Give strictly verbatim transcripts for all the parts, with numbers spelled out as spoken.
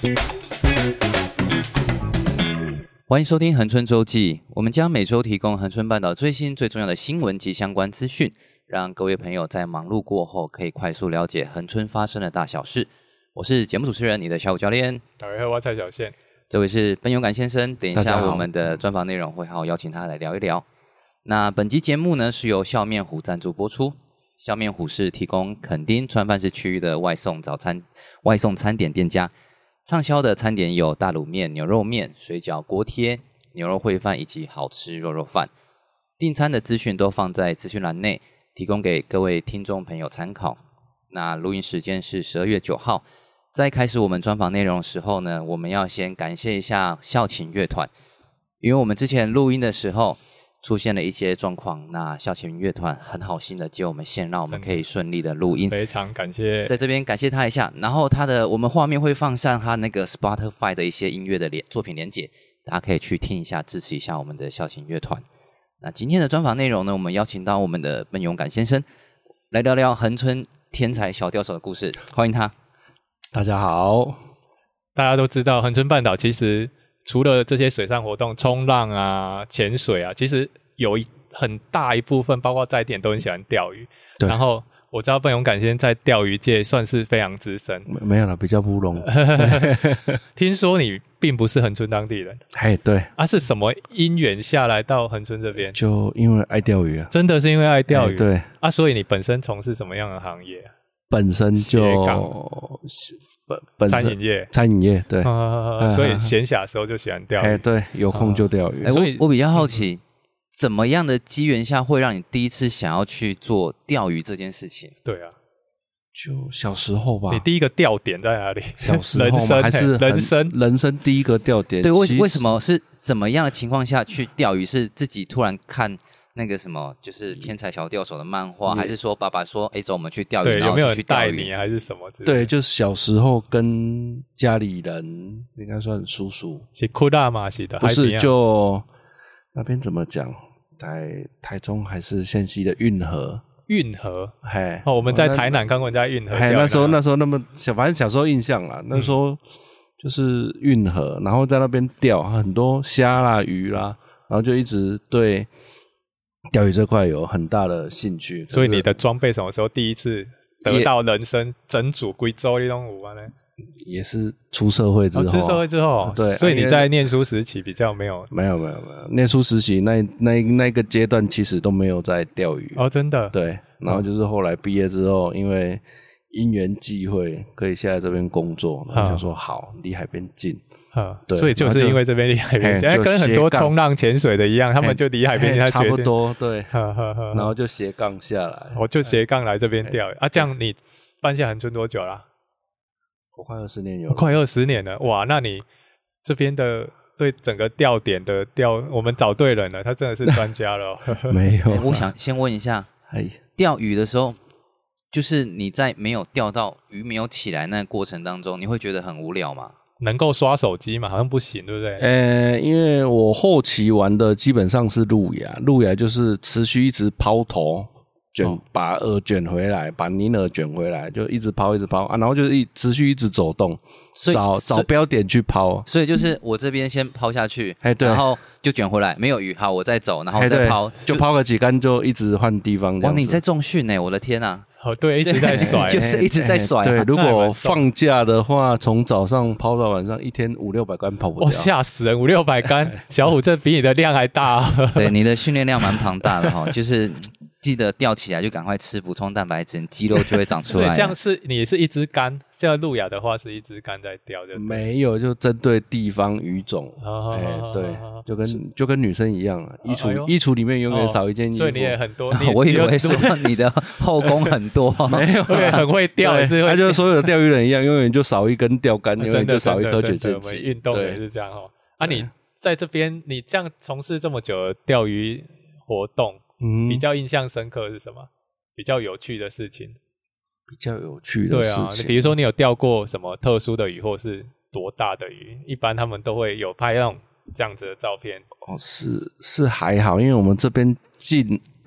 欢迎收听恒春周记，我们将每周提供恒春半岛最新最重要的新闻及相关资讯，让各位朋友在忙碌过后可以快速了解恒春发生的大小事。我是节目主持人，你的小五教练。 大家好，我蔡小宪。 这位是奔勇敢先生，等一下我们的专访内容会好好邀请他来聊一聊。那本集节目呢是由笑面虎赞助播出。笑面虎是提供垦丁川饭市区域的外送早餐外送餐点店家，畅销的餐点有大卤面、牛肉面、水饺、锅贴、牛肉烩饭以及好吃肉肉饭。订餐的资讯都放在资讯栏内，提供给各位听众朋友参考。那录音时间是十二月九号。在开始我们专访内容的时候呢，我们要先感谢一下校琴乐团，因为我们之前录音的时候出现了一些状况，那校琴乐团很好心的接我们线，让我们可以顺利的录音， 非常感谢， 在这边感谢他一下。然后他的我们画面会放上他那个 Spotify 的一些音乐的连作品连结，大家可以去听一下，支持一下我们的校琴乐团。那今天的专访内容呢，我们邀请到我们的奔勇敢先生来聊聊恒春天才小钓手的故事，欢迎他。 大家好。 大家都知道恒春半岛其实除了这些水上活动冲浪啊潜水啊，其实有一很大一部分包括在地人都很喜欢钓鱼，然后我知道奔勇敢先生在钓鱼界算是非常资深。 没有啦，比较乌龙。 听说你并不是恒春当地人。 嘿，对啊，是什么因缘下来到恒春这边？ 就因为爱钓鱼啊。 真的是因为爱钓鱼。 对啊，所以你本身从事什么样的行业啊？ 本身就本本身餐饮业， 餐饮业对、 啊，所以闲暇的时候就喜欢钓鱼。 哎，对，有空就钓鱼。 哎、 所以我我比较好奇、嗯，怎么样的机缘下会让你第一次想要去做钓鱼这件事情？ 对啊， 就小时候吧。 你第一个钓点在哪里？ 小时候人生还是人生人生第一个钓点。 对，为为什么是怎么样的情况下去钓鱼？是自己突然看那个什么，就是天才小钓手的漫画，还是说爸爸说，哎，走，我们去钓鱼， 对， 然后有没有去钓鱼？ 人带你，还是什么之类的？ 对，就是小时候跟家里人，应该算叔叔， 是库拉马西的， 不是就那边怎么讲？台台中还是县西的运河。 运河， 嘿， 哦，我们在台南看过人家运河。 嘿，那时候那时候那么小，反正小时候印象啦，那时候就是运河，然后在那边钓很多虾啦、鱼啦，然后就一直对钓鱼这块有很大的兴趣。 所以你的装备什么时候第一次得到人生整组贵州那种舞啊呢？ 也是出社会之后、 哦，出社会之后， 对， 所以你在念书时期比较没有， 没有没有没有，念书时期那那那个阶段其实都没有在钓鱼哦，真的， 对，然后就是后来毕业之后，因为因缘际会可以下来这边工作，然后就说好离海边近， 对，所以就是因为这边离海边近，跟很多冲浪潜水的一样，他们就离海边近， 差不多，对， 呵呵呵， 然后就斜杠下来， 我就斜杠来这边钓鱼啊，这样你办下恒春多久啦？ 我快二十年有了， 快二十年了，哇！那你这边的对整个钓点的钓，我们找对人了，他真的是专家了、哦。 没有、 欸，我想先问一下，钓鱼的时候，就是你在没有钓到鱼没有起来那个过程当中，你会觉得很无聊吗？ 能够刷手机吗？好像不行，对不对？ 呃，因为我后期玩的基本上是路亚，路亚就是持续一直抛头。卷把饵卷回来，把泥饵卷回来，就一直抛一直抛啊，然后就是一持续一直走动，找找标点去抛。 所以就是我这边先抛下去， 哎对， 然后就卷回来，没有鱼，好，我再走，然后再抛， 就抛个几竿，就一直换地方。 哇，你在重训欸，我的天啊！ 哦，对，一直在甩， 就是一直在甩、啊。 对，如果放假的话，从早上抛到晚上，一天五六百竿跑不掉。 哦，吓死人，五六百竿，小虎这比你的量还大、啊。 对，你的训练量蛮庞大的哈，就是记得钓起来就赶快吃，补充蛋白质，肌肉就会长出来。 所以这样是你是一支竿，像路亚的话是一支竿在钓，就没有，就针对地方鱼种。 哦哎，对，就跟就跟女生一样啊，衣橱、哦、衣橱里面永远少一件衣服。 所以你也很多， 我以为说你的后宫很多， 没有、啊， 对，很会钓，是会。 他就是所有的钓鱼人一样，永远就少一根钓竿，永远就少一颗卷线机。我们运动也是这样哦。啊，你在这边，你这样从事这么久的钓鱼活动，嗯，比较印象深刻是什么？比较有趣的事情？ 比较有趣的事情， 对啊，比如说你有钓过什么特殊的鱼，或是多大的鱼？一般他们都会有拍那种这样子的照片。 哦，是是还好，因为我们这边近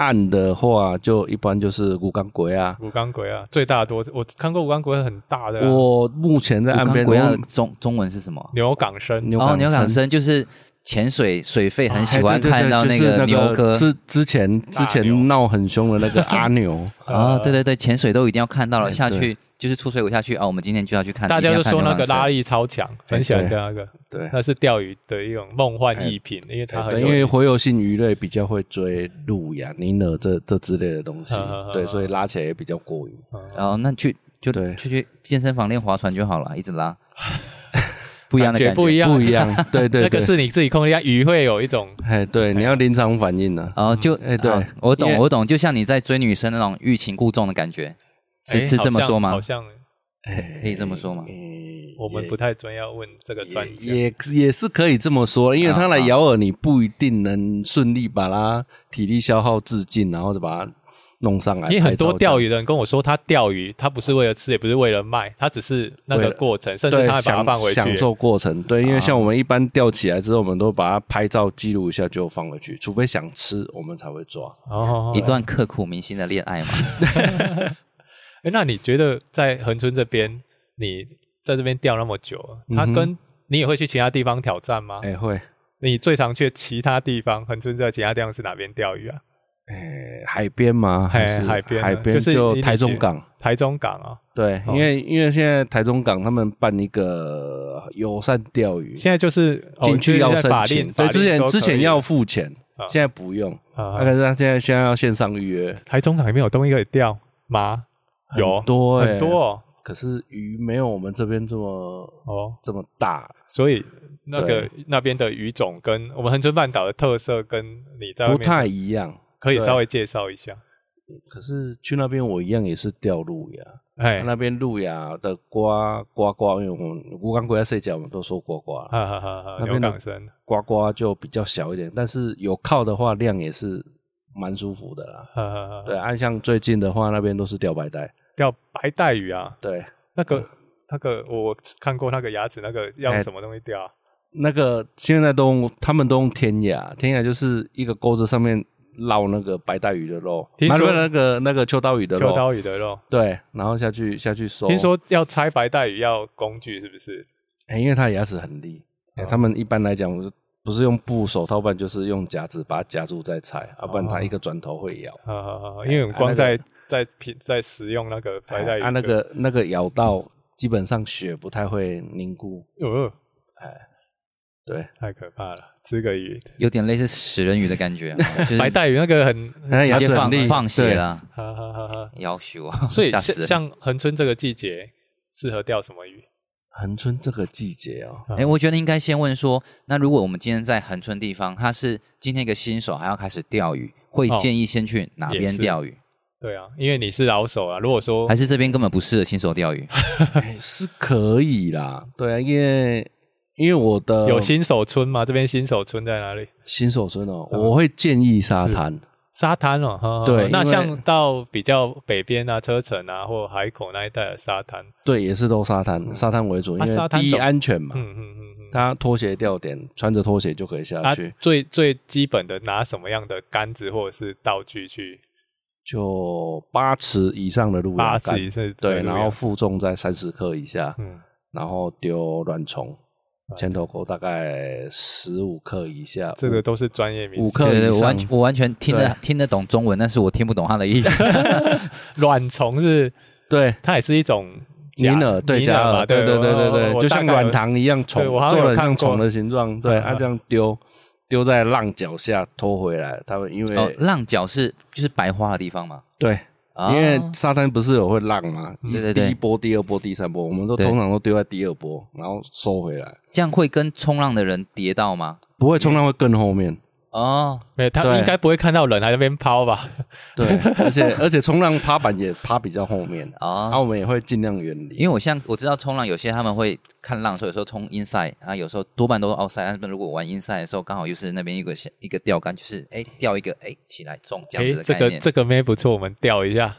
暗的话，就一般就是吴刚鬼啊， 吴刚鬼啊，最大多我看过吴刚鬼很大的、啊。 我目前在岸边， 吴刚鬼中中文是什么？ 牛港生， 牛港生， 哦，牛港生就是潜水水肺很喜欢看到那个牛哥， 之之前之前闹很凶的那个阿牛啊，对对对，潜水都一定要看到了，下去就是出水谷下去啊，我们今天就要去看。 大家就说那个拉力超强，很喜欢的那个， 对， 那是钓鱼的一种梦幻逸品，因为它很因为洄游性鱼类比较会追路亚、尼尔这这之类的东西，对，所以拉起来也比较过瘾。 哦，那去就对，去去健身房练划船就好了，一直拉。不一样的感觉， 不一样， 不一样，对对对， 那个是你自己控制，鱼会有一种， 哎，对，你要临场反应呢、 啊。哦，就哎，对、哦， 我懂，我懂，就像你在追女生那种欲擒故纵的感觉，是是这么说吗？ 好像， 可以这么说吗？ 我们不太专要问这个专家， 也也是可以这么说，因为他来咬饵，你不一定能顺利把它体力消耗至尽，然后就把它弄上来。 因为很多钓鱼的人跟我说，他钓鱼他不是为了吃，也不是为了卖，他只是那个过程，甚至他会把它放回去享受过程。对，因为像我们一般钓起来之后，我们都把它拍照记录一下就放回去，除非想吃，我们才会抓。 哦， 一段刻骨铭心的恋爱嘛。 哎，那你觉得在恒春这边，你在这边钓那么久，他跟你也会去其他地方挑战吗？ 哎，会。 你最常去其他地方，恒春在其他地方是哪边钓鱼啊？ 诶，海边吗？还是海边？ 海边就台中港。 台中港啊， 对，因为因为现在台中港他们办一个友善钓鱼， 现在就是进去要申请，对，之前之前要付钱，现在不用。那可是他现在现在要线上预约。 台中港里面有东西可以钓吗？有很多很多， 可是鱼没有我们这边这么哦这么大， 所以那个那边的鱼种跟我们恒春半岛的特色跟你在不太一样。 可以稍微介绍一下。 可是去那边我一样也是钓路亚，哎，那边路亚的呱呱呱，因为我们吴刚龟在睡觉，我们都说呱呱， 哈哈哈哈。 那边的呱呱就比较小一点，但是有靠的话量也是蛮舒服的啦。 哈哈哈。 对，按像最近的话，那边都是钓白带， 钓白带鱼啊。 对， 那个那个我看过那个牙齿，那个要用什么东西钓啊？ 那个现在都用他们都用天牙，天牙就是一个钩子上面捞那个白带鱼的肉，买了那个那个秋刀鱼的肉， 秋刀鱼的肉， 对，然后下去下去收。 听说要拆白带鱼要工具，是不是？ 哎、欸，因为它的牙齿很利、欸，他们一般来讲不是用布手套，不然就是用夹子把它夹住再拆，要、哦啊、不然它一个转头会咬。 啊啊啊！因为我们光在、啊那個、在在食用那个白带鱼， 啊，那个那个咬到基本上血不太会凝固。 哦， 哎。对， 太可怕了，吃个鱼有点类似食人鱼的感觉、啊，就是、 白带鱼那个很直接放放血了， 哈哈哈哈， 夭壽啊！ 所以像恒春这个季节适合钓什么鱼？ 恒春这个季节哦， 哎、欸，我觉得应该先问说，那如果我们今天在恒春地方，他是今天一个新手还要开始钓鱼，会建议先去哪边钓鱼？ 哦、对啊，因为你是老手啊，如果说还是这边根本不适合新手钓鱼， 欸、是可以啦，对啊，因为。因为我的有新手村吗？这边新手村在哪里？ 新手村哦，嗯、我会建议沙滩。 沙滩哦，呵呵对， 那像到比较北边啊，车城啊，或海口那一带的沙滩， 对，也是都沙滩，嗯、沙滩为主，因为第一安全嘛。 嗯嗯嗯嗯， 他拖鞋钓点，穿着拖鞋就可以下去。 啊、最最基本的拿什么样的杆子或者是道具去？ 就八尺以上的路亚杆，八尺以上对，然后负重在三十克以下，嗯，然后丢卵虫。前头钩大概十五克以下， 这个都是专业名词。 五克以上， 对对对，我完我完全听得听得懂中文，但是我听不懂它的意思。 卵虫是， 对， 它也是一种尼尔，对加饵，对对对对对，就像软糖一样虫，做的像虫的形状，对，它这样丢丢在浪脚下拖回来，他们因为哦，浪脚是就是白花的地方嘛， 对。因为沙滩不是有会浪吗？ 对对对， 第一波、第二波、第三波，我们都通常都丢在第二波，然后收回来。 这样会跟冲浪的人跌到吗？ 不会，冲浪会更后面。 哦， 对，他应该不会看到人还在那边抛吧？ 对，而且而且冲浪趴板也趴比较后面啊，然后我们也会尽量远离。 因为我像我知道冲浪有些他们会看浪，所以有时候冲 inside 啊，有时候多半都是 outside。但是如果玩 inside 的时候，刚好又是那边一个一个钓竿，就是哎钓一个哎起来中这样子的概念。 这个这个妹不错，我们钓一下。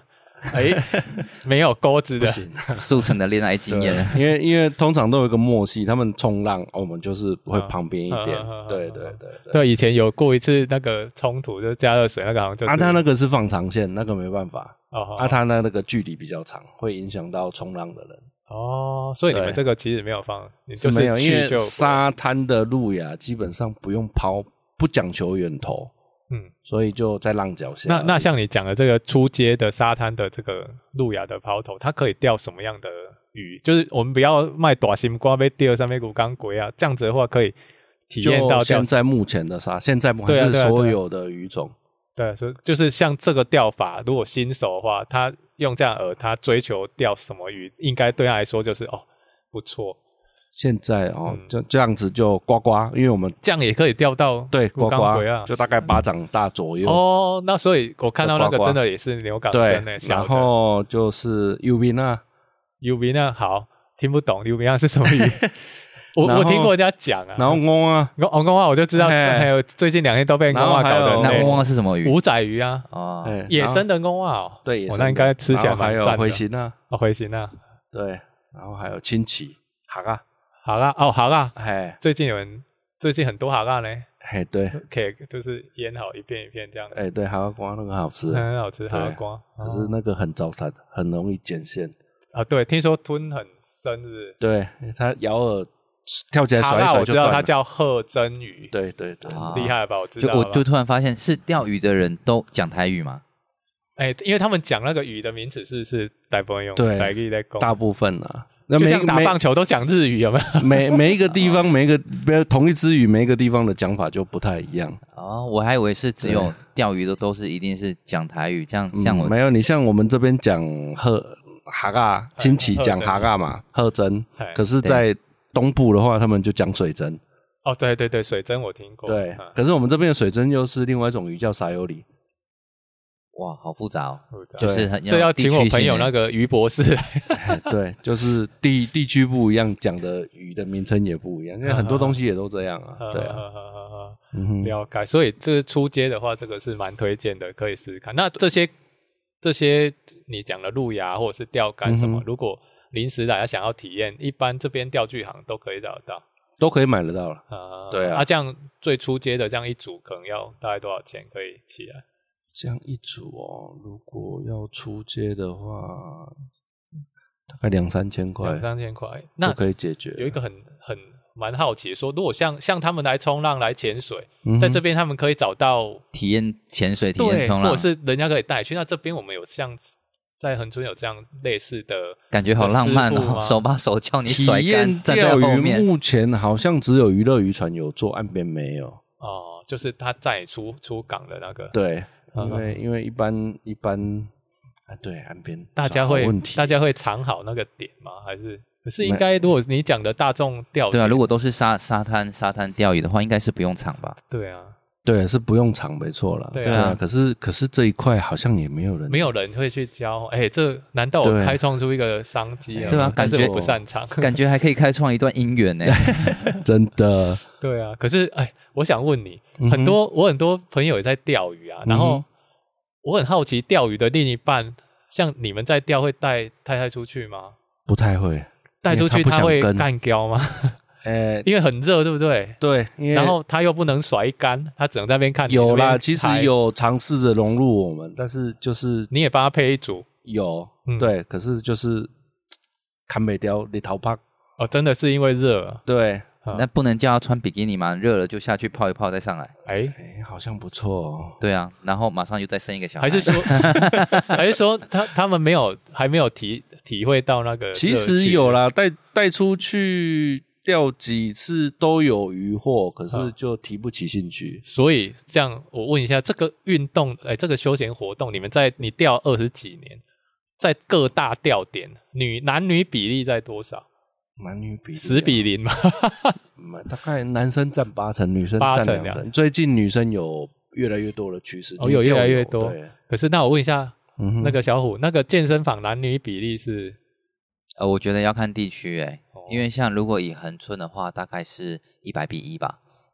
哎，没有钩子的， 不行， 速成的恋爱经验。 因为因为通常都有一个默契，他们冲浪，我们就是会旁边一点。 嗯、 对对对对, 对，以前有过一次那个冲突，就加热水那个好像就是。 啊，他那个是放长线，那个没办法。 哦， 啊，他那那个距离比较长，会影响到冲浪的人。 哦，所以你们这个其实没有放，你就是没有，因为就沙滩的路亚基本上不用抛，不讲求远投。嗯，所以就在浪脚下。 那那像你讲的这个出街的沙滩的这个路亚的抛投，它可以钓什么样的鱼？就是我们不要卖大心瓜被钓上面骨钢龟啊，这样子的话可以体验到。 就现在目前的沙，现在还是所有的鱼种。 对,、啊对, 啊对, 啊、对，所以就是像这个钓法，如果新手的话，他用这样饵，他追求钓什么鱼，应该对他来说就是哦不错。 现在哦，嗯、就这样子就呱呱，因为我们这样也可以钓到对呱呱啊， 就大概巴掌大左右。 哦，那所以我看到那个真的也是牛港生的， 然后就是尤比娜， 尤比娜好听不懂，尤比娜是什么鱼？我我听过人家讲啊， 然后翁啊， 翁翁啊，我就知道，还有最近两天都被翁啊搞的。 那翁啊是什么鱼？ 五仔鱼啊， 哦， 野生的翁啊， 对， 我那应该吃起来蛮赞的。 还有回形啊， 哦，回形啊， 对，然后还有亲戚蛤啊。 蛤啊，哦，蛤啊， 嘿， 最近有人最近很多蛤啊呢， 嘿，对， 可以就是腌好一片一片这样， 哎，对，蛤蟆瓜那个好吃， 很好吃，蛤蟆瓜， 可是那个很糟蹋，很容易剪线啊，对，听说吞很深，是不是？ 对，它咬饵跳起来甩一甩就断了。 我知道它叫鹤真鱼， 对对对， 厉害吧？我知道， 就我就突然发现，是钓鱼的人都讲台语吗？ 哎，因为他们讲那个鱼的名词是是大部分用台语在讲， 大部分啊。 就像打棒球都讲日语，有没有？ 每每一个地方，每一个不要同一只鱼，每一个地方的讲法就不太一样。 哦，我还以为是只有钓鱼的都是一定是讲台语，这样像我、 嗯、没有，你像我们这边讲鹤蛤啊，亲戚讲蛤啊嘛，鹤针。可是，在东部的话，他们就讲水针。 哦，对对对，水针我听过。 对，可是我们这边的水针又是另外一种鱼，叫撒油里。 哇，好复杂哦！ 就是这要请我朋友那个鱼博士来。 对，就是地地区不一样，讲的鱼的名称也不一样，因为很多东西也都这样啊。对啊， 嗯，了解。所以这个出街的话，这个是蛮推荐的，可以试试看。那这些这些你讲的路亚或者是钓竿什么，嗯、如果临时来想要体验，一般这边钓具行都可以找得到， 都可以买得到了。 啊， 对啊。 那、啊、这样最出街的这样一组，可能要大概多少钱可以起来？ 这样一组哦，如果要出街的话，大概两三千块， 两三千块那就可以解决。 有一个很很蛮好奇，说如果像像他们来冲浪、来潜水，嗯、在这边他们可以找到体验潜水、体验冲浪， 或者是人家可以带去。那这边我们有像在恒春有这样类似的， 感觉好浪漫哦，手把手教你甩竿， 体验钓鱼目前好像只有娱乐渔船有做，岸边没有。 哦，就是他载出出港的那个， 对。因为因为一般一般啊，对岸边大家会大家会藏好那个点吗？还是可是应该如果你讲的大众钓对啊，如果都是沙沙滩沙滩钓鱼的话，应该是不用藏吧？ 对啊， 对，是不用藏，没错啦。 对啊， 对啊可是可是这一块好像也没有人， 没有人会去教。哎，这难道我开创出一个商机啊？ 对啊，感觉不擅长， 感觉还可以开创一段姻缘呢。 真的。 对啊，可是哎，我想问你，嗯、很多我很多朋友也在钓鱼啊，然后。嗯我很好奇，钓鱼的另一半，像你们在钓，会带太太出去吗？ 不太会， 带出去他会干胶吗？呃，因为很热，对不对？ 对， 然后他又不能甩竿，他只能在那边看。 有啦，其实有尝试着融入我们，但是就是你也帮他配一组， 有、嗯、对，可是就是看不掉你逃跑哦，真的是因为热， 对。 那不能叫他穿比基尼吗？热了就下去泡一泡再上来。 哎哎，好像不错哦。 对啊，然后马上就再生一个小孩。 还是说，还是说他他们没有还没有体体会到那个？ 其实有啦，带带出去钓几次都有渔获，可是就提不起兴趣。 嗯、所以这样，我问一下，这个运动，哎，这个休闲活动，你们在你钓二十几年，在各大钓点，女男女比例在多少？ 男女比例十比零嘛， 大概男生占八成，女生占两成。最近女生有越来越多的趋势， 哦，有越来越多。对，可是那我问一下，嗯、那个小虎，那个健身房男女比例是？ 呃，我觉得要看地区诶、欸，哦、因为像如果以恒春的话，大概是一百比一吧。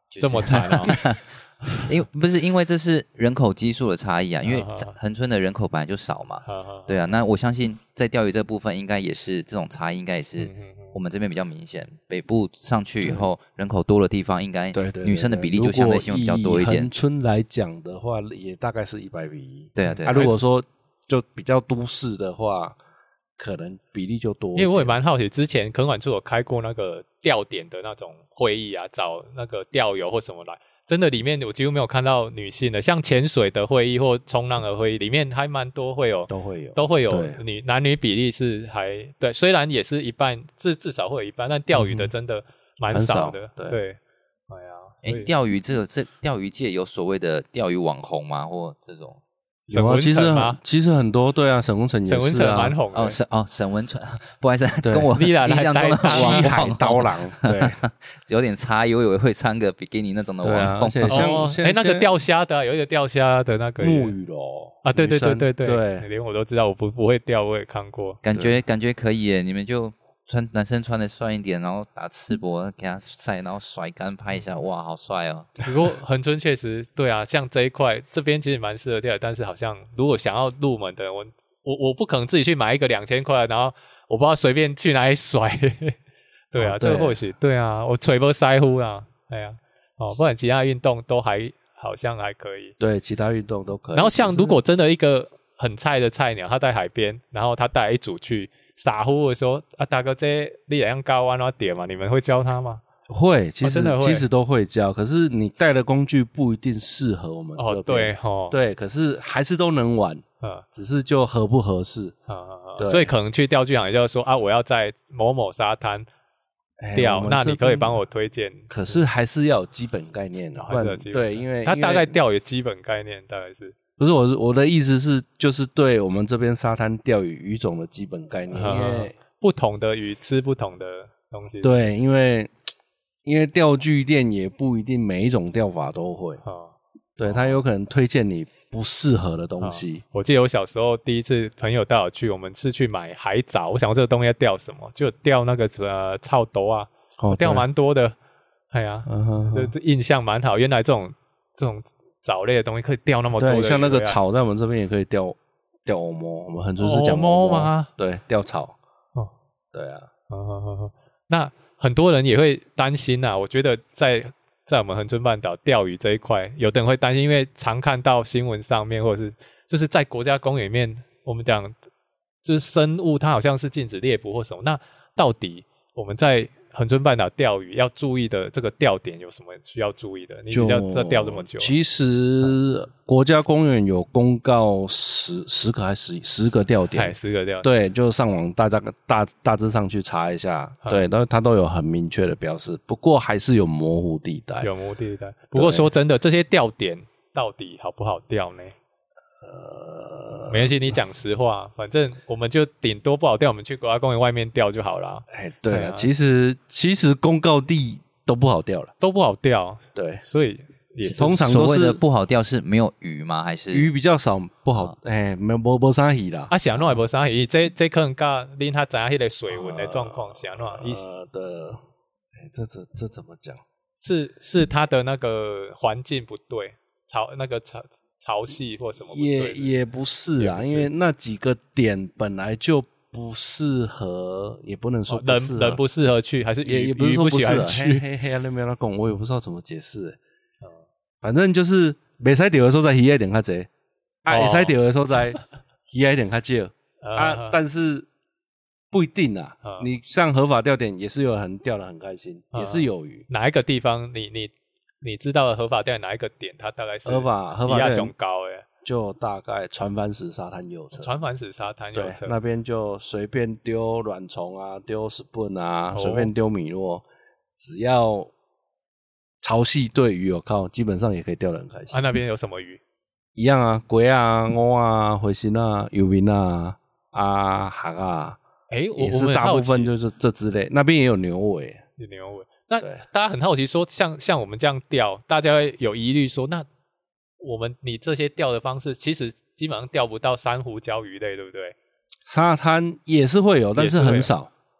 就是、 这么惨啊！ 因为不是因为这是人口基数的差异啊，因为恒春的人口本来就少嘛，对啊，那我相信在钓鱼这部分应该也是这种差异，应该也是我们这边比较明显。北部上去以后，人口多的地方，应该女生的比例就相对性比较多一点。 恒春来讲的话，也大概是一百比一。 对啊，对啊。 啊，如果说就比较都市的话，可能比例就多一点。 因为我也蛮好奇，之前垦管处有开过那个钓点的那种会议啊，找那个钓友或什么来。真的里面我几乎没有看到女性的，像潜水的会议或冲浪的会议，里面还蛮多会有， 都会有， 都会有女男女比例是还对，虽然也是一半，至至少会有一半，但钓鱼的真的蛮少的， 嗯、 对, 对，哎呀， 哎，钓鱼这个这钓鱼界有所谓的钓鱼网红吗？或这种？ 有啊，其实其实很多，对啊，沈文成也是啊， 沈文成蛮红的哦，沈哦沈文成，不好意思，跟我印象中的七海刀郎，对， 有点差异，我以为会穿个比基尼那种的网红， 而且像哎那个钓虾的，有一个钓虾的那个木鱼咯啊，对对对对对对，连我都知道，我不不会钓，我也看过， 感觉感觉可以耶，你们就。穿男生穿的帅一点，然后打赤膊给他晒，然后甩竿拍一下，哇，好帅哦！ 不过恒春确实对啊，像这一块这边其实蛮适合钓，但是好像如果想要入门的，我我我不可能自己去买一个两千块，然后我不知道随便去哪里甩。对啊，哦、对这个或许对啊，我吹不腮乎啊，哎呀、啊，哦，不然其他运动都还好像还可以。 对，其他运动都可以。 然后像如果真的一个很菜的菜鸟，他在海边，然后他带一组去。傻乎的说啊，大哥，这你也要高弯要点嘛？你们会教他吗？ 会，其实、 哦、真的会其实都会教，可是你带的工具不一定适合我们这边。 哦，对哦， 对，可是还是都能玩，嗯，只是就合不合适。 嗯嗯嗯，所以可能去钓具行，也就是说啊，我要在某某沙滩钓，那你可以帮我推荐。 可是还是要有基本概念的、哦， 还是有基本对，因为他大概钓有基本概念，大概是。 不是我我的意思是，就是对我们这边沙滩钓鱼鱼种的基本概念， 嗯、 因为不同的鱼吃不同的东西。 对，因为因为钓具店也不一定每一种钓法都会，哦、对，他有可能推荐你不适合的东西。 哦、我记得我小时候第一次朋友带我去，我们是去买海藻，我想这个东西要钓什么，就钓那个呃草斗啊，哦、钓蛮多的。哎呀，嗯、这这印象蛮好，原来这种这种。藻类的东西可以钓那么多的鱼， 对，像那个草在我们这边也可以钓钓欧摸，我们很多是讲欧摸吗？ 对，钓草。 哦， 对啊。 哦哦哦，那很多人也会担心啊。我觉得在在我们恒春半岛钓鱼这一块，有的人会担心，因为常看到新闻上面，或者是就是在国家公园里面，我们讲就是生物它好像是禁止猎捕或什么。那到底我们在恒春半岛钓鱼要注意的这个钓点有什么需要注意的？你比较在钓这么久， 其实国家公园有公告十十个还是十个钓点， 十个钓点， 对，就上网大家大大致上去查一下，嗯、对，但它都有很明确的标示，不过还是有模糊地带， 有模糊地带。不过说真的，这些钓点到底好不好钓呢？呃，没关系，你讲实话，反正我们就顶多不好钓，我们去国家公园外面钓就好了。 哎，对了、啊，其实其实公告地都不好钓了， 都不好钓。 对， 所以也通常都是所谓的不好钓是没有鱼吗？还是鱼比较少，不好？哎、哦，没没没啥鱼啦。 啊，想弄也没啥鱼，这这可能甲恁他知影迄个水文的状况，想弄呃的，哎，这这这怎么讲？ 是是它的那个环境不对，潮那个潮。潮汐或什么不对也也不是啊，因为那几个点本来就不适合，也不能说不适合、 哦、人人不适合去，还是也也不是说不适合去。 嘿嘿嘿，那边那讲，我也不知道怎么解释、欸。嗯，反正就是没使钓的所在鱼一点较侪，啊，会使钓的所在鱼一点较少啊，但是不一定啊。嗯、你像合法钓点也是有人钓得很开心，嗯、也是有鱼。 哪一个地方你你？你知道的合法钓哪一个点？它大概是合法合法钓熊高诶， 就大概船帆石沙滩右侧。 船帆石沙滩右侧那边就随便丢软虫啊，丢 spoon 啊，随、哦、便丢米诺，只要潮汐对鱼有靠，基本上也可以钓得很开心。 啊，那边有什么鱼？ 一样啊，龟啊、乌啊、灰鲟啊、游民啊、啊蛤啊， 哎、欸， 也是大部分就是这之类。那边也有牛尾， 有牛尾。那大家很好奇说，像像我们这样钓，大家会有疑虑说，那我们你这些钓的方式，其实基本上钓不到珊瑚礁鱼类，对不对？ 沙滩也是会有，但是很少。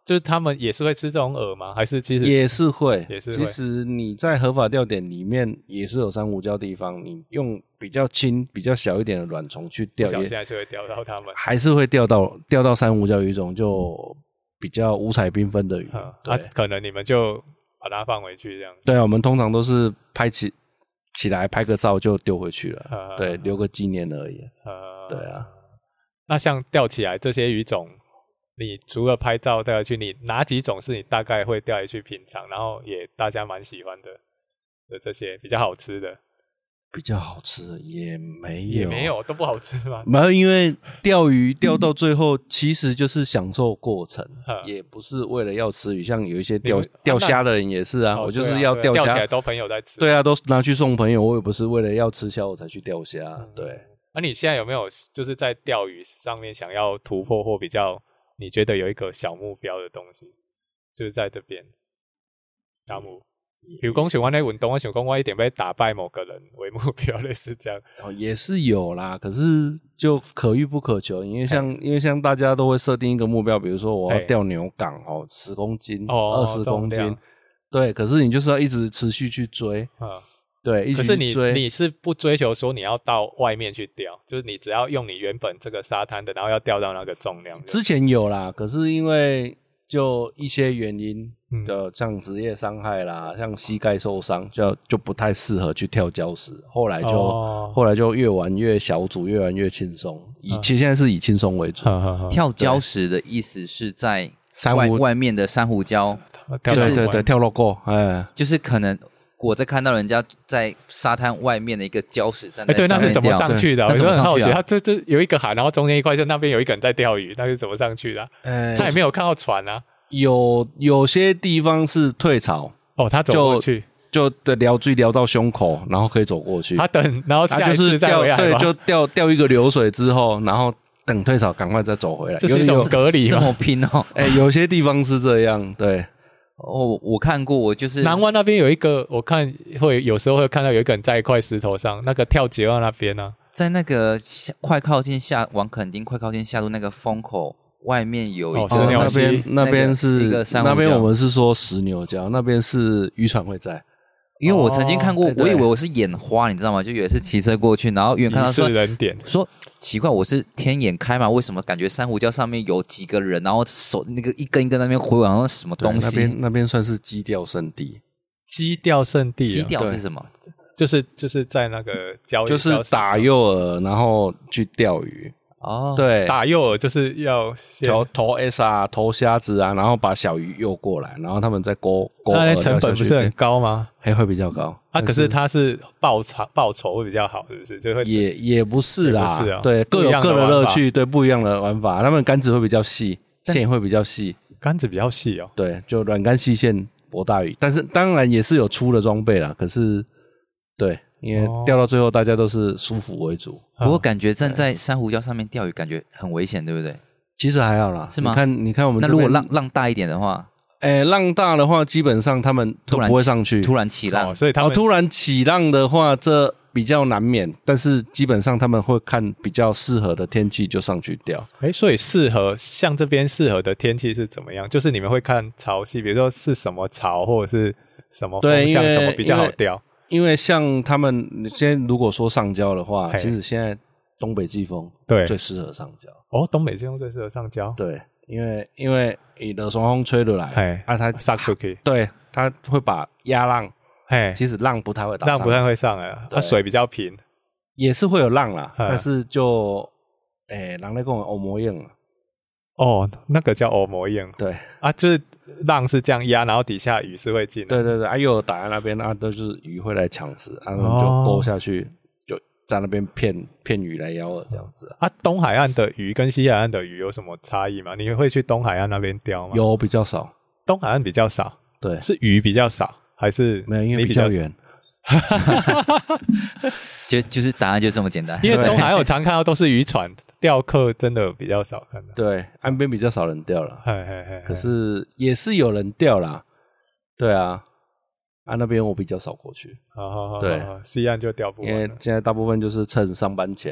就是他们也是会吃这种饵吗？还是其实也是会， 也是会。 其实你在合法钓点里面也是有珊瑚礁地方，你用比较轻、比较小一点的卵虫去钓， 不小心还是会钓到它们， 还是会钓到钓到珊瑚礁鱼种，就比较五彩缤纷的鱼。 嗯、 对、 啊，可能你们就把它放回去这样子。 对啊，我们通常都是拍起起来拍个照就丢回去了， 嗯、 对，留个纪念而已。 嗯、 对啊。 那像钓起来这些鱼种，你除了拍照钓下去，你哪几种是你大概会钓下去品尝，然后也大家蛮喜欢的的这些比较好吃的？ 比较好吃的也没有， 也没有，都不好吃吗？ 没有，因为钓鱼钓到最后其实就是享受过程， 嗯、 也不是为了要吃鱼。像有一些钓钓虾的人也是啊， 哦、 我就是要钓虾， 钓起来都朋友在吃。 对啊，都拿去送朋友，我也不是为了要吃虾我才去钓虾。嗯、对。 那、啊、你现在有没有就是在钓鱼上面想要突破或比较你觉得有一个小目标的东西，就是在这边大目比如说像我在运动我想说我一定要打败某个人为目标，类似这样。 哦，也是有啦，可是就可遇不可求，因为像因为像大家都会设定一个目标，比如说我要钓牛港哦，十公斤二十公斤，对，可是你就是要一直持续去追。嗯，对，一直可是你你是不追求说你要到外面去钓，就是你只要用你原本这个沙滩的，然后要钓到那个重量。 之前有啦，可是因为就一些原因的，嗯、像职业伤害啦，像膝盖受伤，就就不太适合去跳礁石。后来就、哦、后来就越玩越小组，越玩越轻松。以、嗯、其实现在是以轻松为主。 嗯嗯嗯、 跳礁石的意思是在珊瑚外面的珊瑚礁， 对对对，跳 logo， 哎， 就是可能。我在看到人家在沙滩外面的一个礁石站在上面钓， 欸、对，那是怎么上去的、啊？ 我就很好奇，他就就有一个海，然后中间一块，就那边有一个人在钓鱼，那是怎么上去的、啊？欸、他也没有看到船啊。 有有些地方是退潮， 哦，他走过去， 就就撩坠撩到胸口，然后可以走过去。 他等，然后下一次再回来， 对，就钓钓一个流水之后，然后等退潮，赶快再走回来。 这是一种隔离， 这么拼哦。 哎、欸，有些地方是这样，对。 哦，我看过，我就是南湾那边有一个，我看会有时候会看到有一个人在一块石头上，那个跳结岸那边呢、啊， 在那个快靠近下往垦丁，快靠近下路那个风口外面有一个、 哦、 那边，那边是、 那個、 那边我们是说石牛礁，那边是渔船会在。 因为我曾经看过，哦、我以为我是眼花，你知道吗？就有一次骑车过去，然后远看到说人点， 说奇怪，我是天眼开吗？为什么感觉珊瑚礁上面有几个人，然后手那个一根一根那边挥往什么东西？ 那边那边算是基钓圣地。 基钓圣地、啊， 基钓是什么？ 就是就是在那个礁， 就是打诱饵，然后去钓鱼。 哦， 对， 打诱饵就是要投投 S 啊，投虾子啊，然后把小鱼诱过来，然后他们再勾勾。 那成本不是很高吗？ 还会比较高啊，可是它是报酬报酬会比较好，是不是？就会也也不是啦， 不是啊、 对，各有各的乐趣，对，不一样的玩法。他们杆子会比较细，线也会比较细， 杆子比较细哦。 对，就软杆细线博大鱼，但是当然也是有粗的装备啦。可是，对。因为钓到最后，大家都是舒服为主。 不过感觉站在珊瑚礁上面钓鱼，感觉很危险，对不对？ 其实还好啦， 是吗？ 你看，你看我们那如果浪浪大一点的话， 诶、欸，浪大的话，基本上他们都不会上去。 突然起浪， 哦、所以他们、 哦、突然起浪的话，这比较难免。但是基本上他们会看比较适合的天气就上去钓。 诶、欸，所以适合像这边适合的天气是怎么样？就是你们会看潮汐，比如说是什么潮或者是什么风向，什么比较好钓？ 因为像他们，你现在如果说上礁的话，其实现在东北季风对最适合上礁。 哦，东北季风最适合上礁。 对，因为因为以热双风吹落来， 哎， 啊，它上出去， 对，它会把压浪， 哎， 其实浪不太会打上， 浪不太会上来，它水比较平， 也是会有浪啦，但是就，哎，人在讲欧模样啊。 哦，那个叫欧模样， 对啊，就是浪是这样压，然后底下鱼是会进来。 对对对，啊，又有打在那边，啊，都是鱼会来抢食，啊，就勾下去，就在那边骗骗鱼来邀饵这样子啊。 啊，东海岸的鱼跟西海岸的鱼有什么差异吗？你会去东海岸那边钓吗？ 有，比较少。 东海岸比较少， 对， 是鱼比较少，还是没有？因为比较远。 就就是答案就这么简单。 因为东海岸我常看到都是渔船。钓客真的比较少看到， 对，岸边比较少人钓了， 嘿嘿嘿， 可是也是有人钓啦，对啊，啊那边我比较少过去， 好好好， 对， 西岸就钓不完了， 因为现在大部分就是趁上班前，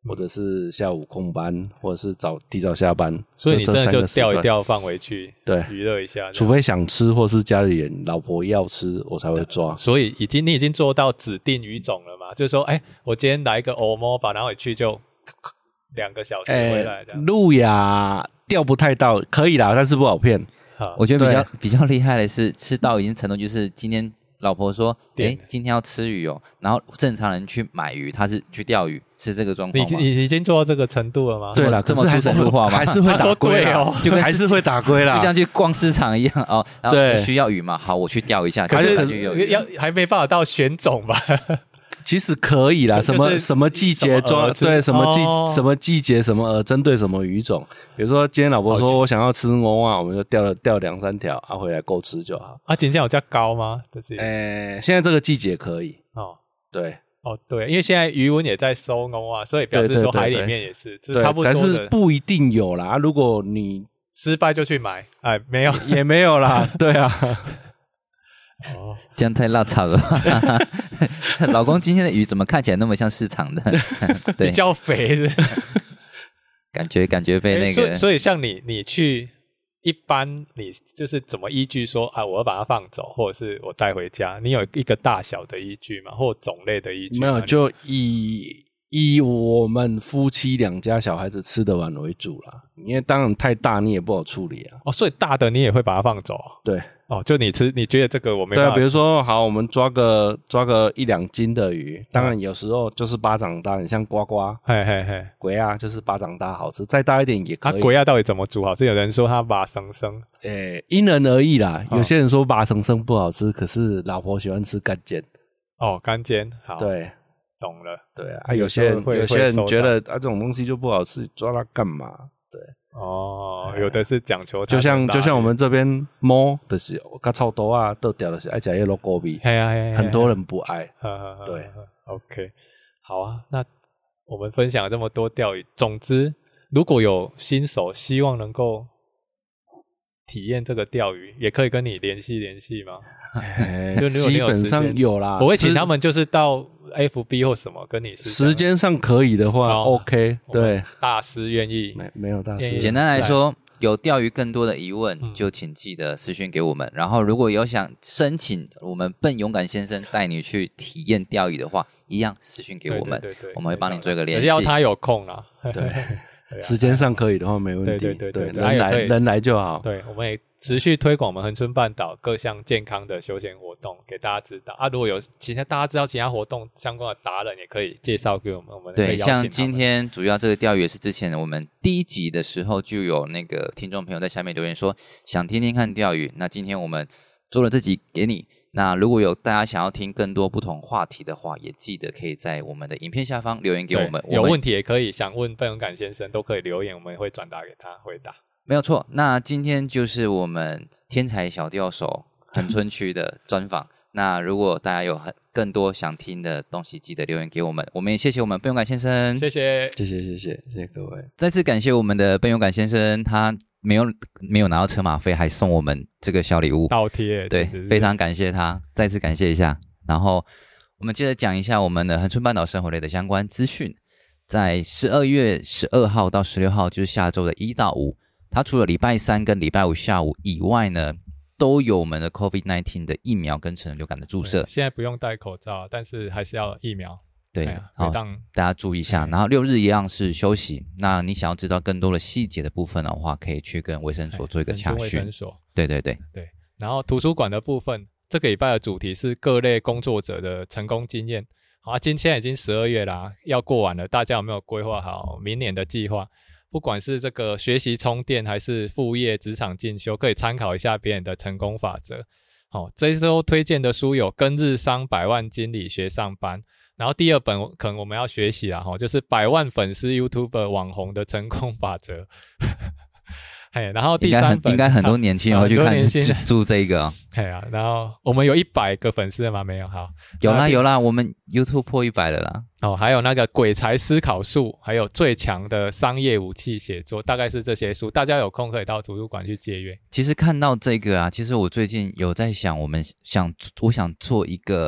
或者是下午空班，或者是早提早下班， 所以你真的就钓一钓钓放回去， 对， 娱乐一下。 除非想吃，或是家里人老婆要吃，我才会抓。 所以已经你已经做到指定鱼种了嘛？就是说，哎，我今天来一个欧摩，把拿回去就两个小时回来这样。 路亚钓不太到，可以啦，但是不好骗。 我觉得比较比较厉害的是，吃到已经程度就是今天老婆说，诶，今天要吃鱼哦，然后正常人去买鱼，他是去钓鱼，是这个状况吗？ 你你已经做到这个程度了吗？ 对啦， 这么出神入化吗？ 还是会打龟哦， 就还是会打龟啦， 就像去逛市场一样哦。然后对， 需要鱼嘛，好，我去钓一下。 可是要还没办法到选种吧？ 其实可以啦，什么什么季节抓，对，什么季什么季节什么呃，针对什么鱼种。比如说今天老婆说我想要吃鹅啊，我们就钓了钓两三条，啊回来够吃就好。 啊，今天有叫高吗？ 诶，现在这个季节可以哦， 对哦对，因为现在渔温也在收鹅啊，所以表示说海里面也是，就是差不多的。 但是不一定有啦，如果你失败就去买，哎，没有也没有啦，对啊。 哦，这样太辣炒了。老公，今天的鱼怎么看起来那么像市场的？对， 比较肥是不是感觉感觉被那个， 所以所以像你你去一般你就是怎么依据说啊，我要把它放走，或者是我带回家？你有一个大小的依据吗？或种类的依据？ 没有，就以以我们夫妻两家小孩子吃得完为主啦。因为当然太大你也不好处理啊。 哦，所以大的你也会把它放走？ 对。 哦，就你吃，你觉得这个我没办法。 对啊，比如说，好，我们抓个抓个一两斤的鱼，当然有时候就是巴掌大，你像呱呱， 嘿嘿嘿， 龟啊，就是巴掌大好吃，再大一点也可以。 啊，龟啊到底怎么煮好吃？有人说它把生生， 诶，因人而异啦。有些人说把生生不好吃，可是老婆喜欢吃干煎。 哦，干煎，好， 对， 懂了。 对啊，有些人有些人觉得啊，这种东西就不好吃，抓它干嘛？对。 哦，有的是讲求， 就像就像我们这边摸的是，甲臭豆啊，豆掉的是爱吃那个锅米，很多人不爱。对 ，OK， 好啊，那我们分享了这么多钓鱼，总之，如果有新手希望能够体验这个钓鱼，也可以跟你联系联系吗？ 就基本上有啦， 我会请他们就是到F B 或什么跟你时间上可以的话 ，OK， 对， 大师愿意， 没没有大师。 简单来说，有钓鱼更多的疑问，就请记得私讯给我们。然后，如果有想申请我们笨勇敢先生带你去体验钓鱼的话，一样私讯给我们，我们会帮你做一个联系。 只要他有空啦， 对，时间上可以的话没问题， 对对对， 人来人来就好。 对，我们也持续推广我们恒春半岛各项健康的休闲活动给大家知道啊！如果有其他大家知道其他活动相关的达人，也可以介绍给我们。我们对，像今天主要这个钓鱼也是之前我们第一集的时候就有那个听众朋友在下面留言说想听听看钓鱼，那今天我们做了这集给你。那如果有大家想要听更多不同话题的话，也记得可以在我们的影片下方留言给我们。 有问题也可以想问笨勇敢先生都可以留言，我们会转达给他回答。 没有错，那今天就是我们天才小钓手恒春区的专访。那如果大家有很更多想听的东西，记得留言给我们。我们也谢谢我们笨勇敢先生， 谢谢， 谢谢，谢谢，谢谢各位。 再次感谢我们的笨勇敢先生，他没有没有拿到车马费，还送我们这个小礼物倒贴， 对，非常感谢他，再次感谢一下。然后我们接着讲一下我们的恒春半岛生活类的相关资讯。在十二月十二号到十六号，就是下周的一到五。它除了礼拜三跟礼拜五下午以外呢，都有我们的 COVID 十九 的疫苗跟成人流感的注射。 现在不用戴口罩，但是还是要疫苗。 对，哎、好，大家注意一下。然后六日一样是休息。那你想要知道更多的细节的部分的话，可以去跟卫生所做一个洽询。卫生所， 对对对对。然后图书馆的部分，这个礼拜的主题是各类工作者的成功经验。好，今天已经十二月啦，要过完了，大家有没有规划好明年的计划？不管是这个学习充电还是副业职场进修，可以参考一下别人的成功法则。好，这周推荐的书有《跟日商百万经理学上班》，然后第二本可能我们要学习啦，就是百万粉丝 YouTuber 网红的成功法则。嘿，然后第三本应该很多年轻人会去看注这个、哦。 嘿啊，然后我们有一百个粉丝了吗？没有，好， 有啦有啦，我们 YouTube 破一百了啦。 哦，还有那个鬼才思考术，还有最强的商业武器写作，大概是这些书，大家有空可以到图书馆去借阅。 其实看到这个啊，其实我最近有在想，我们想我想做一个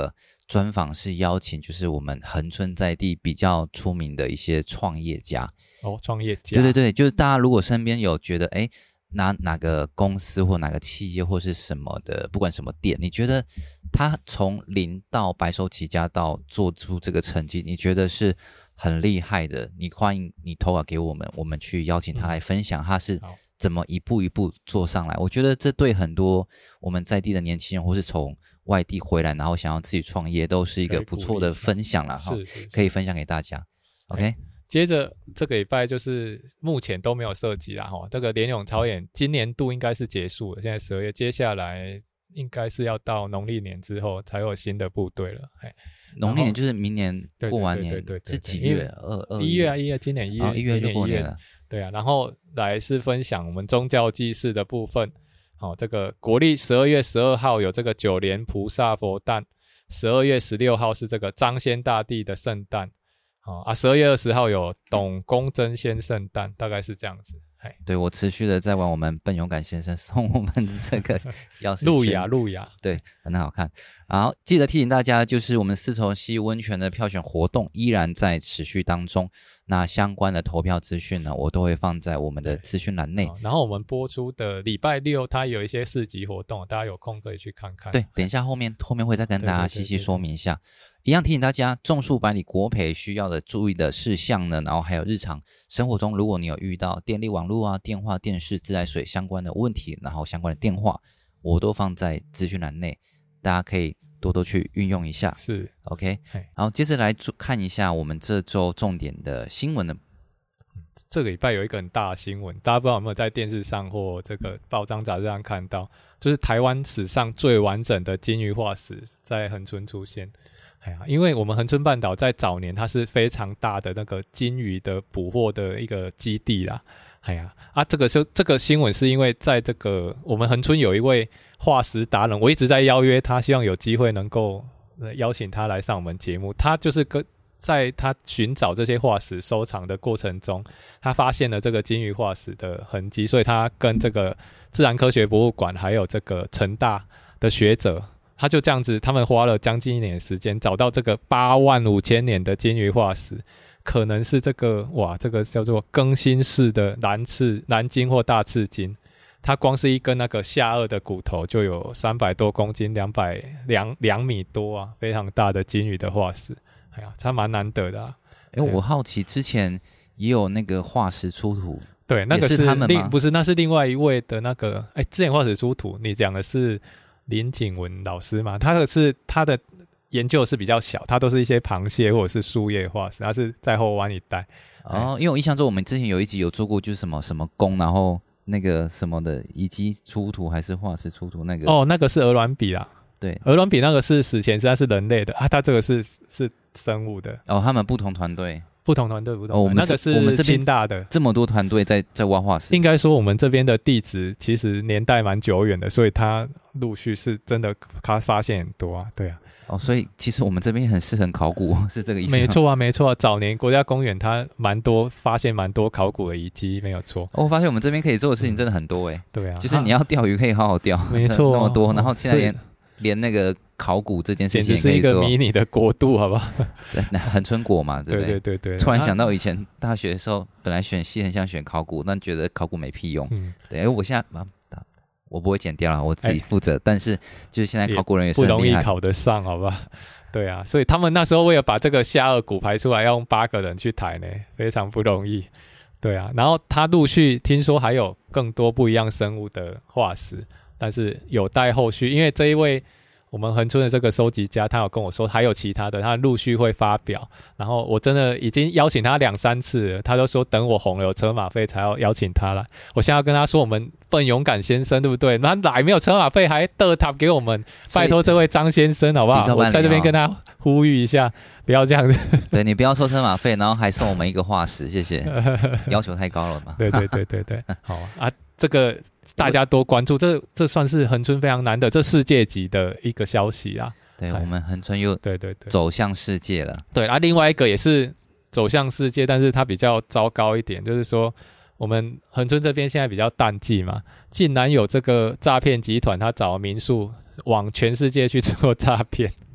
专访是邀请就是我们恒春在地比较出名的一些创业家。 哦，创业家， 对对对，就是大家如果身边有觉得诶哪哪个公司或哪个企业或是什么的，不管什么店，你觉得他从零到白手起家到做出这个成绩，你觉得是很厉害的，你欢迎你投稿给我们，我们去邀请他来分享他是怎么一步一步做上来。我觉得这对很多我们在地的年轻人或是从外地回来然后想要自己创业都是一个不错的分享啦， 是是是， 可以分享给大家。 OK， 接着这个礼拜就是目前都没有涉及啦，这个联咏超演今年度应该是结束了，现在十二月，接下来应该是要到农历年之后才有新的部队了。 农历年就是明年过完年， 对对对对对对， 是几月？二二一月啊，一月，今年一月， 哦、一月就过年了。 对啊，然后来是分享我们宗教祭祀的部分。好、哦，这个国历十二月十二号有这个九莲菩萨佛诞，十二月十六号是这个张仙大帝的圣诞。哦、啊，十二月二十号有董公真仙圣诞，大概是这样子。 对，我持续的在玩我们笨勇敢先生送我们这个钥匙圈， 路亚路亚， 对，很好看。然后记得提醒大家，就是我们四重溪温泉的票选活动依然在持续当中。那相关的投票资讯呢，我都会放在我们的资讯栏内、 哦。然后我们播出的礼拜六，它有一些市集活动，大家有空可以去看看。 对，等一下后面后面会再跟大家细细说明一下。对对对对对，一样提醒大家，种树百里国培需要的注意的事项呢，然后还有日常生活中，如果你有遇到电力网络啊、电话、电视、自来水相关的问题，然后相关的电话，我都放在资讯栏内，大家可以多多去运用一下。 是 OK， 然后接着来看一下我们这周重点的新闻的。 这个礼拜有一个很大的新闻，大家不知道有没有在电视上或这个报章杂志上看到，就是台湾史上最完整的金鱼化石在恒春出现。哎呀，因为我们恒春半岛在早年它是非常大的那个金鱼的捕获的一个基地啦。哎呀，啊，这个是这个新闻是因为在这个我们恒春有一位化石达人，我一直在邀约他，希望有机会能够邀请他来上我们节目。他就是跟在他寻找这些化石收藏的过程中，他发现了这个金鱼化石的痕迹，所以他跟这个自然科学博物馆还有这个成大的学者，他就这样子，他们花了将近一年的时间找到这个八万五千年的金鱼化石，可能是这个哇，这个叫做更新式的蓝刺蓝鲸或大刺鲸。它光是一根那个下颚的骨头就有三百多公斤，两百两两米多啊，非常大的金鱼的化石。哎呀，它蛮难得的啊！ 哎，我好奇之前也有那个化石出土， 对，那个是他们另不是，那是另外一位的那个，哎，之前化石出土，你讲的是林景文老师嘛？他的是他的研究是比较小，他都是一些螃蟹或者是树叶化石，他是在后湾一带。 哦，因为我印象中我们之前有一集有做过，就是什么什么宫，然后那个什么的遗迹出土还是化石出土那个， 哦，那个是鹅卵比啦。对，鹅卵比那个是史前时代是人类的啊，它这个是是生物的。 哦，他们不同团队， 不同团队不同团队、 哦、我们那个是我们这边清大的， 这么多团队在在挖化石。 应该说我们这边的地质其实年代蛮久远的，所以它陆续是真的它发现很多啊，对啊。 哦，所以其实我们这边很适合考古，是这个意思吗？ 没错啊，没错啊。早年国家公园它蛮多发现蛮多考古的遗迹，没有错。 哦，我发现我们这边可以做的事情真的很多哎、欸嗯。 对啊， 就是你要钓鱼可以好好钓， 没错、啊， 那么多，然后现在连连那个考古这件事情也可以做， 简直是一个迷你的国度，好不好？ 恒春国嘛，对不对？ 对对对对。 突然想到以前大学的时候，本来选系很想选考古，但觉得考古没屁用。嗯，对，我现在啊。我不会剪掉了，我自己负责、欸。但是就是现在考古人也是很厉害， 不容易考得上，好吧？对啊，所以他们那时候为了把这个下颚骨排出来，要用八个人去抬呢，非常不容易。对啊，然后他陆续听说还有更多不一样生物的化石，但是有待后续，因为这一位我们恒春的这个收集家，他有跟我说还有其他的，他陆续会发表。然后我真的已经邀请他两三次了，他都说等我红了有车马费才要邀请他来。我现在要跟他说我们笨勇敢先生对不对？他来没有车马费还得他给我们，拜托这位张先生好不好？我在这边跟他呼吁一下，不要这样子。 对，你不要收车马费，然后还送我们一个化石，谢谢。要求太高了嘛？ 对对对对对，好啊，这个大家多关注，这这算是恒春非常难的，这世界级的一个消息啊。 对，我们恒春又对对对走向世界了。 对啊，另外一个也是走向世界，但是它比较糟糕一点，就是说我们恒春这边现在比较淡季嘛，竟然有这个诈骗集团，他找民宿往全世界去做诈骗。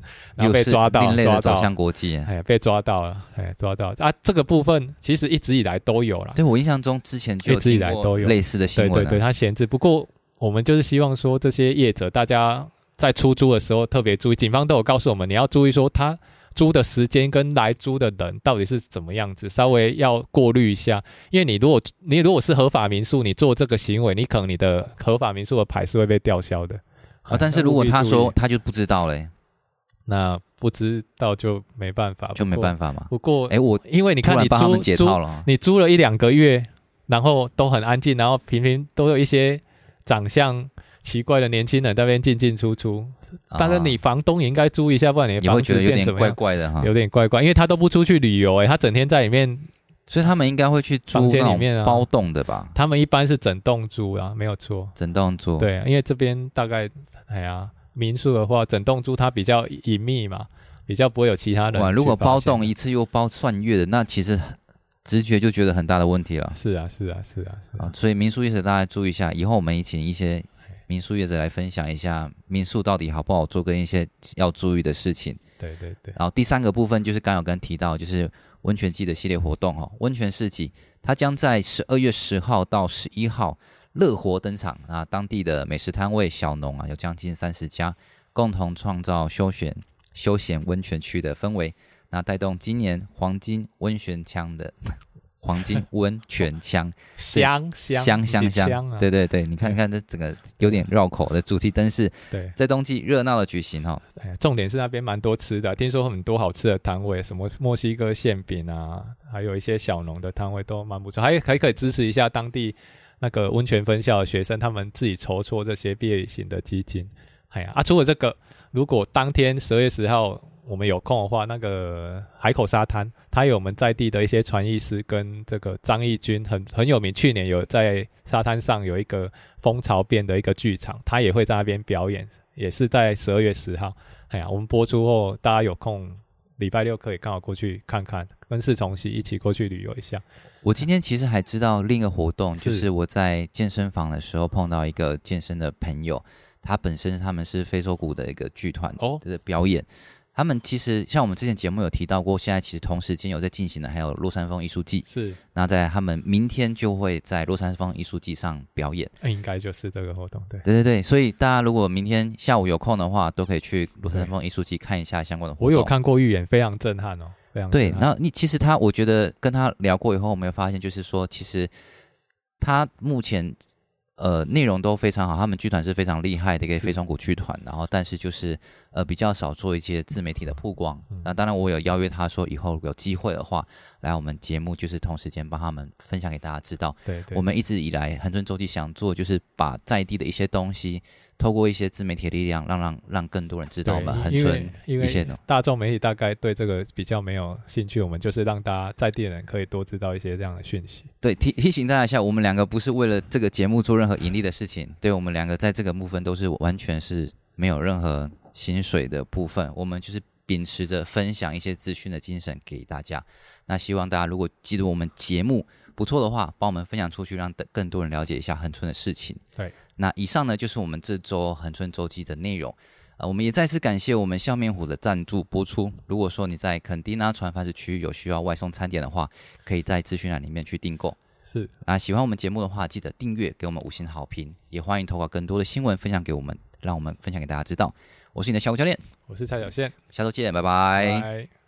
然后被抓到， 另类的抓到走向国际， 哎，被抓到了，哎，抓到啊！这个部分其实一直以来都有啦。 对，我印象中之前就有一直以来都有类似的新闻、啊， 对对对，他闲置。不过我们就是希望说，这些业者大家在出租的时候特别注意，警方都有告诉我们，你要注意说他租的时间跟来租的人到底是怎么样子，稍微要过滤一下。因为你如果你如果是合法民宿，你做这个行为，你可能你的合法民宿的牌是会被吊销的。 啊，但是如果他说他就不知道嘞， 那不知道就没办法， 就没办法嘛。 不过， 哎，我因为你看你租租你租了一两个月，然后都很安静，然后平平都有一些长相奇怪的年轻人在那边进进出出。但是你房东也应该注意一下，不然你的房子变怎么样？ 有点怪怪的哈， 有点怪怪，因为他都不出去旅游、欸，他整天在里面， 所以他们应该会去租那种包栋的吧？ 他们一般是整栋租啊，没有错， 整栋租。 对，因为这边大概哎呀，民宿的话，整栋租它比较隐秘嘛，比较不会有其他人。 哇，如果包栋一次又包算月的，那其实直觉就觉得很大的问题了。 是啊，是啊，是啊，是啊。 啊所以民宿业者大家注意一下，以后我们请一些民宿业者来分享一下民宿到底好不好做，跟一些要注意的事情。 对对对。 然后第三个部分就是刚有跟提到，就是温泉季的系列活动哈，温泉市集，它将在十二月十号到十一号乐活登场啊，当地的美食摊位、小农啊，有将近三十家，共同创造休闲休闲温泉区的氛围，那带动今年黄金温泉腔的。黄金温泉腔， 香香香香香、啊，对对对，你看看这整个有点绕口的主题灯饰， 对， 在冬季热闹的举行哦。 重点是那边蛮多吃的，听说很多好吃的摊位，什么墨西哥馅饼啊，还有一些小农的摊位都蛮不错，还还可以支持一下当地那个温泉分校的学生，他们自己筹措这些毕业旅行的基金。哎呀，啊，除了这个，如果当天十二月十号。我们有空的话，那个海口沙滩，它有我们在地的一些传艺师跟这个张义军很很有名，去年有在沙滩上有一个蜂巢变的一个剧场，他也会在那边表演，也是在十二月十号。哎呀，我们播出后，大家有空礼拜六可以刚好过去看看，跟四重溪一起过去旅游一下。 我今天其实还知道另一个活动，就是我在健身房的时候碰到一个健身的朋友，他本身他们是非洲鼓的一个剧团的表演。哦他们其实像我们之前节目有提到过，现在其实同时间有在进行的还有落山风艺术季， 是。 那在他们明天就会在落山风艺术季上表演， 应该就是这个活动，对。 对对对，所以大家如果明天下午有空的话，都可以去落山风艺术季看一下相关的活动。 我有看过预演，非常震撼哦，非常震撼。 对，然后你其实他，我觉得跟他聊过以后，我们有发现，就是说，其实他目前。呃，内容都非常好，他们剧团是非常厉害的一个非中古剧团，然后但是就是呃比较少做一些自媒体的曝光。嗯、那当然，我有邀约他说以后有机会的话，来我们节目就是同时间帮他们分享给大家知道。 对对， 我们一直以来恒春周记想做，就是把在地的一些东西，透过一些自媒体的力量，让让让更多人知道我们恒春一些的。 大众媒体大概对这个比较没有兴趣，我们就是让大家在地人可以多知道一些这样的讯息。 对，提提醒大家一下，我们两个不是为了这个节目做任何盈利的事情，对我们两个在这个部分都是完全是没有任何薪水的部分，我们就是秉持着分享一些资讯的精神给大家。那希望大家如果记得我们节目不错的话，帮我们分享出去，让更多人了解一下恒春的事情。 对， 那以上呢就是我们这周恒春周记的内容。呃，我们也再次感谢我们笑面虎的赞助播出。如果说你在垦丁啊、船帆市区有需要外送餐点的话，可以在资讯栏里面去订购。 是啊，喜欢我们节目的话，记得订阅，给我们五星好评，也欢迎投稿更多的新闻分享给我们，让我们分享给大家知道。我是你的小虎教练， 我是蔡小宪， 下周见，拜拜。 拜拜。